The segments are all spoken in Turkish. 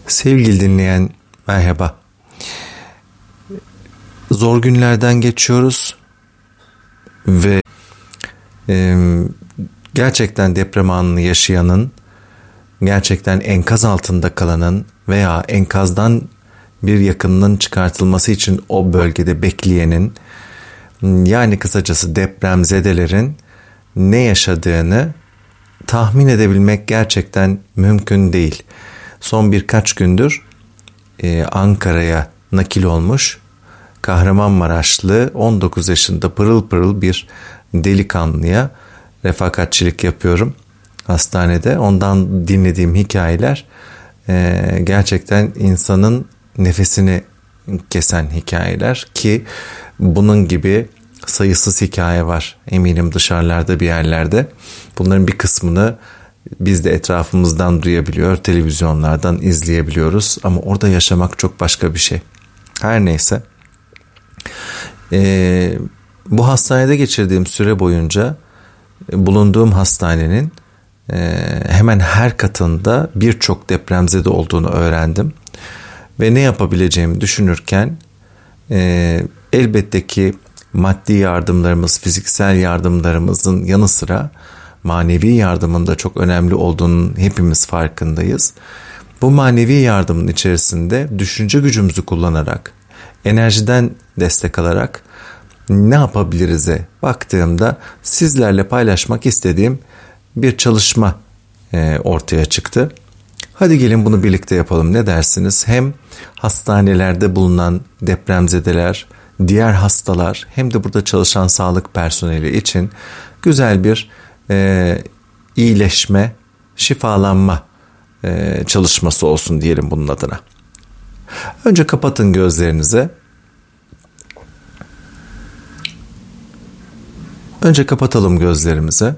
Sevgili dinleyen, merhaba. Zor günlerden geçiyoruz ve gerçekten deprem anını yaşayanın, gerçekten enkaz altında kalanın veya enkazdan bir yakınının çıkartılması için o bölgede bekleyenin, yani kısacası depremzedelerin ne yaşadığını tahmin edebilmek gerçekten mümkün değil. Son birkaç gündür Ankara'ya nakil olmuş Kahramanmaraşlı 19 yaşında pırıl pırıl bir delikanlıya refakatçilik yapıyorum hastanede. Ondan dinlediğim hikayeler gerçekten insanın nefesini kesen hikayeler ki bunun gibi sayısız hikaye var eminim dışarılarda bir yerlerde. Bunların bir kısmını biz de etrafımızdan duyabiliyor, televizyonlardan izleyebiliyoruz ama orada yaşamak çok başka bir şey. Her neyse. Bu hastanede geçirdiğim süre boyunca bulunduğum hastanenin hemen her katında birçok depremzede olduğunu öğrendim. Ve ne yapabileceğimi düşünürken elbette ki maddi yardımlarımız, fiziksel yardımlarımızın yanı sıra manevi yardımın da çok önemli olduğunun hepimiz farkındayız. Bu manevi yardımın içerisinde düşünce gücümüzü kullanarak, enerjiden destek alarak ne yapabiliriz'e baktığımda sizlerle paylaşmak istediğim bir çalışma ortaya çıktı. Hadi gelin bunu birlikte yapalım, ne dersiniz? Hem hastanelerde bulunan depremzedeler, diğer hastalar hem de burada çalışan sağlık personeli için güzel bir iyileşme, şifalanma çalışması olsun diyelim bunun adına. Önce kapatın gözlerinizi. Önce kapatalım gözlerimizi.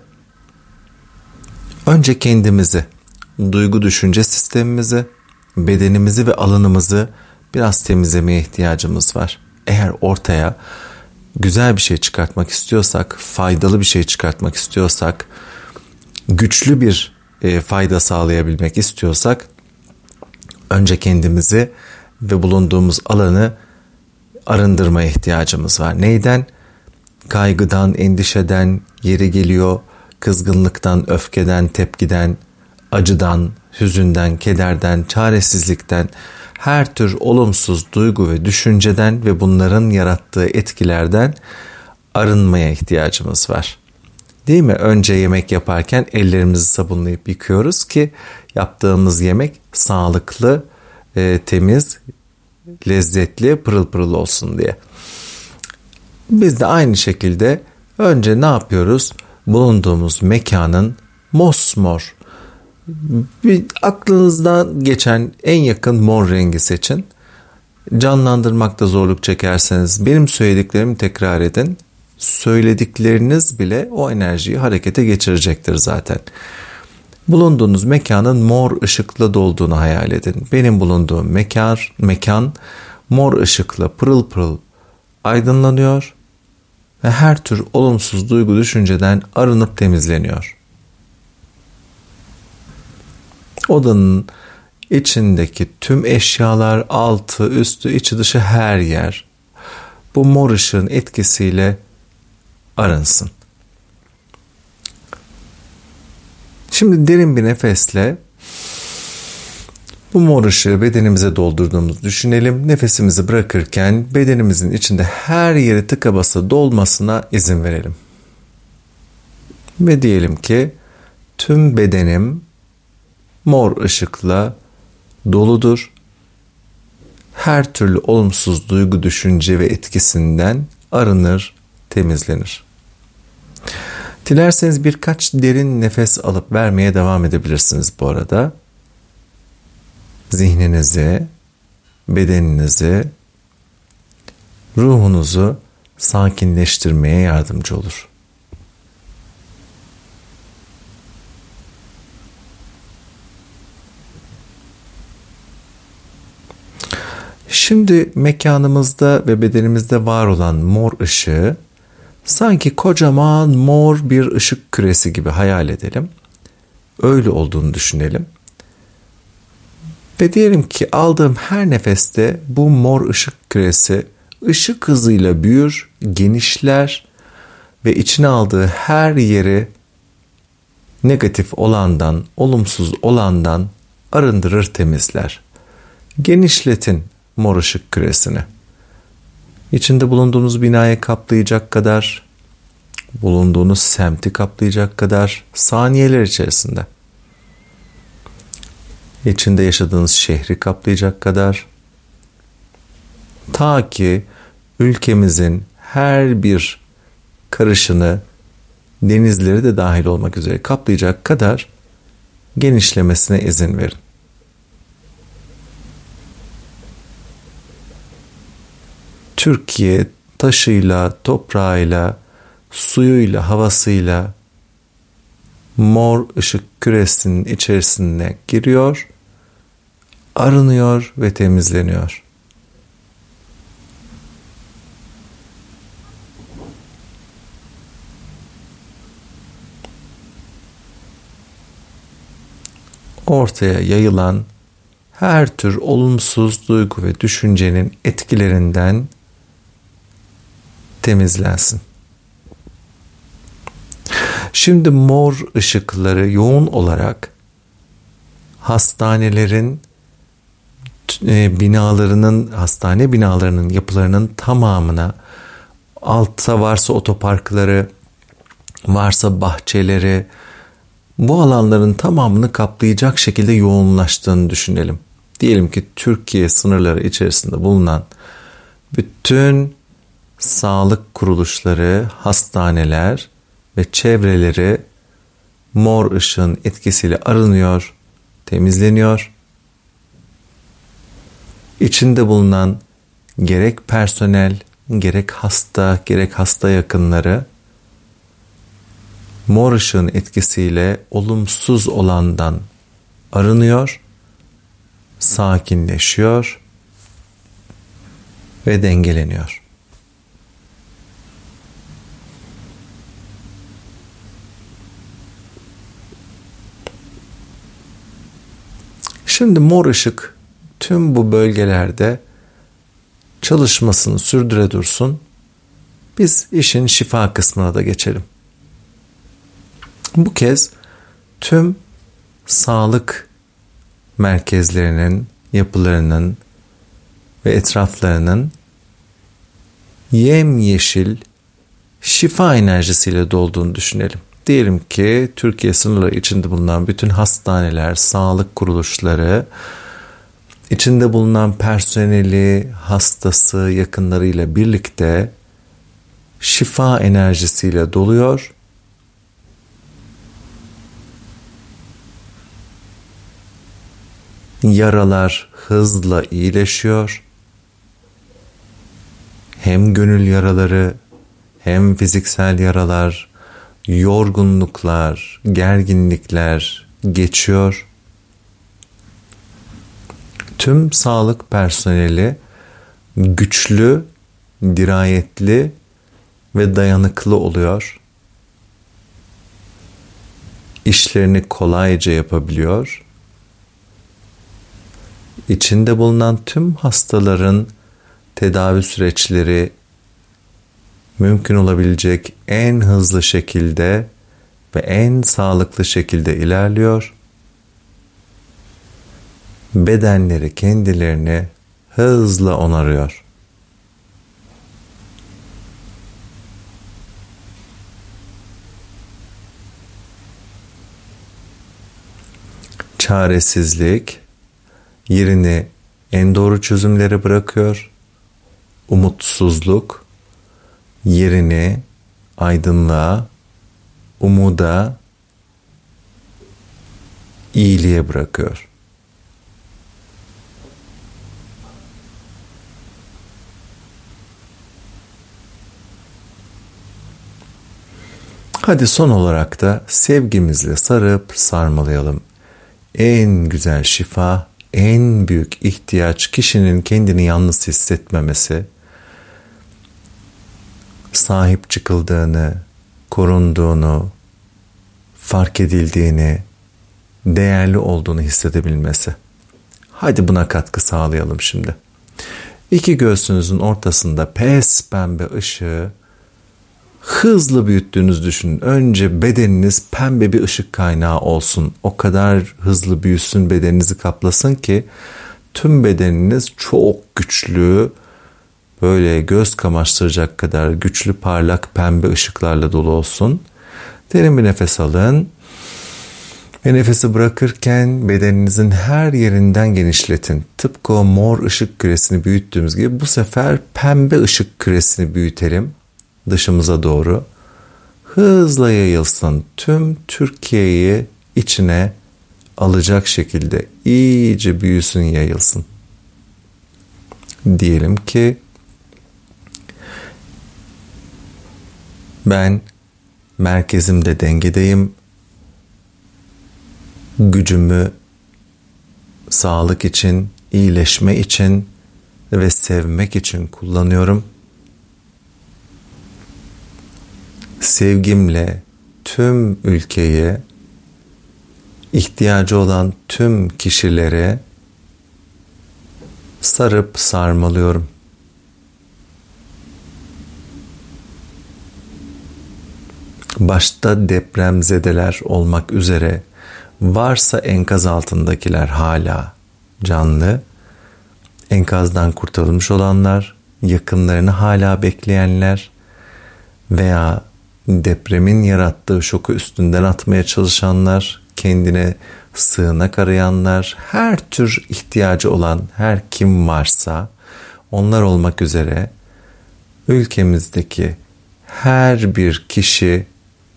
Önce kendimizi, duygu düşünce sistemimizi, bedenimizi ve alanımızı biraz temizlemeye ihtiyacımız var. Eğer ortaya güzel bir şey çıkartmak istiyorsak, faydalı bir şey çıkartmak istiyorsak, güçlü bir fayda sağlayabilmek istiyorsak, önce kendimizi ve bulunduğumuz alanı arındırmaya ihtiyacımız var. Neyden? Kaygıdan, endişeden, yeri geliyor kızgınlıktan, öfkeden, tepkiden, acıdan, hüzünden, kederden, çaresizlikten, her tür olumsuz duygu ve düşünceden ve bunların yarattığı etkilerden arınmaya ihtiyacımız var. Değil mi? Önce yemek yaparken ellerimizi sabunlayıp yıkıyoruz ki yaptığımız yemek sağlıklı, temiz, lezzetli, pırıl pırıl olsun diye. Biz de aynı şekilde önce ne yapıyoruz? Bulunduğumuz mekanın mosmor, bir aklınızdan geçen en yakın mor rengi seçin. Canlandırmakta zorluk çekerseniz benim söylediklerimi tekrar edin. Söyledikleriniz bile o enerjiyi harekete geçirecektir zaten. Bulunduğunuz mekanın mor ışıkla dolduğunu hayal edin. Benim bulunduğum mekan mor ışıkla pırıl pırıl aydınlanıyor ve her tür olumsuz duygu düşünceden arınıp temizleniyor. Odanın içindeki tüm eşyalar, altı, üstü, içi dışı her yer bu mor ışığın etkisiyle arınsın. Şimdi derin bir nefesle bu mor ışığı bedenimize doldurduğumuzu düşünelim. Nefesimizi bırakırken bedenimizin içinde her yeri tıka basa dolmasına izin verelim. Ve diyelim ki tüm bedenim mor ışıkla doludur. Her türlü olumsuz duygu, düşünce ve etkisinden arınır, temizlenir. Dilerseniz birkaç derin nefes alıp vermeye devam edebilirsiniz bu arada. Zihninizi, bedeninizi, ruhunuzu sakinleştirmeye yardımcı olur. Şimdi mekanımızda ve bedenimizde var olan mor ışığı sanki kocaman mor bir ışık küresi gibi hayal edelim. Öyle olduğunu düşünelim. Ve diyelim ki aldığım her nefeste bu mor ışık küresi ışık hızıyla büyür, genişler ve içine aldığı her yeri negatif olandan, olumsuz olandan arındırır, temizler. Genişletin mor ışık küresini. İçinde bulunduğunuz binayı kaplayacak kadar, bulunduğunuz semti kaplayacak kadar, saniyeler içerisinde. İçinde yaşadığınız şehri kaplayacak kadar, ta ki ülkemizin her bir karışını, denizleri de dahil olmak üzere kaplayacak kadar genişlemesine izin verin. Türkiye taşıyla, toprağıyla, suyuyla, havasıyla mor ışık küresinin içerisine giriyor, arınıyor ve temizleniyor. Ortaya yayılan her tür olumsuz duygu ve düşüncenin etkilerinden temizlensin. Şimdi mor ışıkları yoğun olarak hastanelerin hastane binalarının yapılarının tamamına, altta varsa otoparkları, varsa bahçeleri, bu alanların tamamını kaplayacak şekilde yoğunlaştığını düşünelim. Diyelim ki Türkiye sınırları içerisinde bulunan bütün sağlık kuruluşları, hastaneler ve çevreleri mor ışığın etkisiyle arınıyor, temizleniyor. İçinde bulunan gerek personel, gerek hasta yakınları mor ışığın etkisiyle olumsuz olandan arınıyor, sakinleşiyor ve dengeleniyor. Şimdi mor ışık tüm bu bölgelerde çalışmasını sürdüre dursun. Biz işin şifa kısmına da geçelim. Bu kez tüm sağlık merkezlerinin, yapılarının ve etraflarının yemyeşil şifa enerjisiyle dolduğunu düşünelim. Diyelim ki Türkiye sınırları içinde bulunan bütün hastaneler, sağlık kuruluşları, içinde bulunan personeli, hastası, yakınlarıyla birlikte şifa enerjisiyle doluyor. Yaralar hızla iyileşiyor. Hem gönül yaraları, hem fiziksel yaralar, yorgunluklar, gerginlikler geçiyor. Tüm sağlık personeli güçlü, dirayetli ve dayanıklı oluyor. İşlerini kolayca yapabiliyor. İçinde bulunan tüm hastaların tedavi süreçleri mümkün olabilecek en hızlı şekilde ve en sağlıklı şekilde ilerliyor. Bedenleri kendilerini hızla onarıyor. Çaresizlik yerini en doğru çözümlere bırakıyor. Umutsuzluk yerini aydınlığa, umuda, iyiliğe bırakıyor. Hadi son olarak da sevgimizle sarıp sarmalayalım. En güzel şifa, en büyük ihtiyaç kişinin kendini yalnız hissetmemesi, sahip çıkıldığını, korunduğunu, fark edildiğini, değerli olduğunu hissedebilmesi. Hadi buna katkı sağlayalım şimdi. İki göğsünüzün ortasında pes pembe ışığı hızlı büyüttüğünüzü düşünün. Önce bedeniniz pembe bir ışık kaynağı olsun. O kadar hızlı büyüsün, bedeninizi kaplasın ki tüm bedeniniz çok güçlü, böyle göz kamaştıracak kadar güçlü, parlak pembe ışıklarla dolu olsun. Derin bir nefes alın. Ve nefesi bırakırken bedeninizin her yerinden genişletin. Tıpkı o mor ışık küresini büyüttüğümüz gibi bu sefer pembe ışık küresini büyütelim dışımıza doğru. Hızla yayılsın. Tüm Türkiye'yi içine alacak şekilde iyice büyüsün, yayılsın. Diyelim ki ben merkezimde dengedeyim. Gücümü sağlık için, iyileşme için ve sevmek için kullanıyorum. Sevgimle tüm ülkeye, ihtiyacı olan tüm kişilere sarıp sarmalıyorum. Başta depremzedeler olmak üzere varsa enkaz altındakiler hala canlı, enkazdan kurtarılmış olanlar, yakınlarını hala bekleyenler veya depremin yarattığı şoku üstünden atmaya çalışanlar, kendine sığınak arayanlar, her tür ihtiyacı olan her kim varsa onlar olmak üzere ülkemizdeki her bir kişi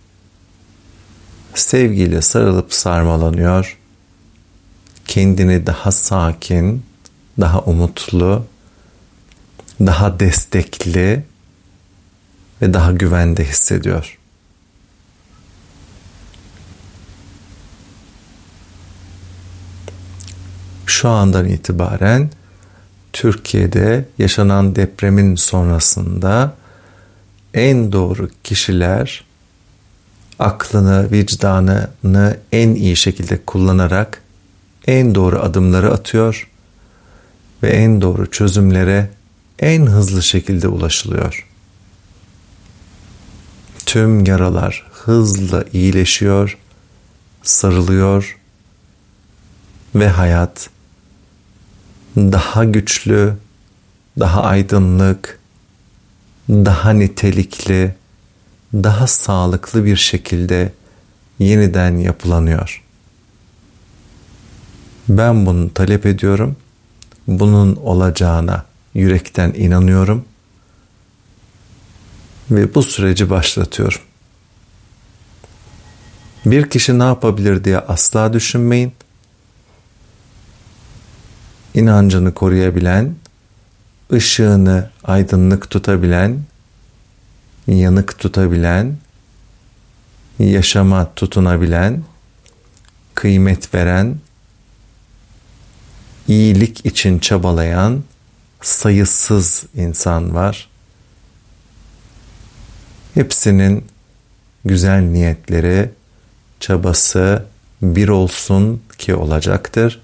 sevgiyle sarılıp sarmalanıyor. Kendini daha sakin, daha umutlu, daha destekli ve daha güvende hissediyor. Şu andan itibaren Türkiye'de yaşanan depremin sonrasında en doğru kişiler aklını, vicdanını en iyi şekilde kullanarak en doğru adımları atıyor ve en doğru çözümlere en hızlı şekilde ulaşılıyor. Tüm yaralar hızla iyileşiyor, sarılıyor ve hayat daha güçlü, daha aydınlık, daha nitelikli, daha sağlıklı bir şekilde yeniden yapılanıyor. Ben bunu talep ediyorum. Bunun olacağına yürekten inanıyorum. Ve bu süreci başlatıyorum. Bir kişi ne yapabilir diye asla düşünmeyin. İnancını koruyabilen, ışığını aydınlık tutabilen, yanık tutabilen, yaşama tutunabilen, kıymet veren, iyilik için çabalayan sayısız insan var. Hepsinin güzel niyetleri, çabası bir olsun ki olacaktır.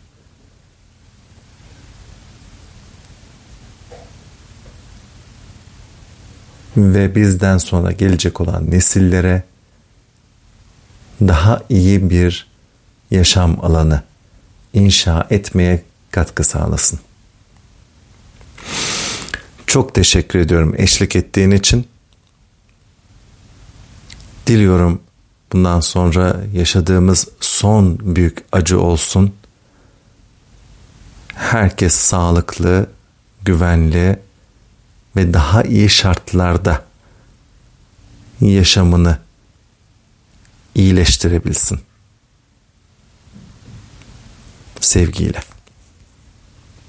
Ve bizden sonra gelecek olan nesillere daha iyi bir yaşam alanı inşa etmeye katkı sağlasın. Çok teşekkür ediyorum eşlik ettiğin için. Diliyorum bundan sonra yaşadığımız son büyük acı olsun. Herkes sağlıklı, güvenli ve daha iyi şartlarda yaşamını iyileştirebilsin. Sevgiyle.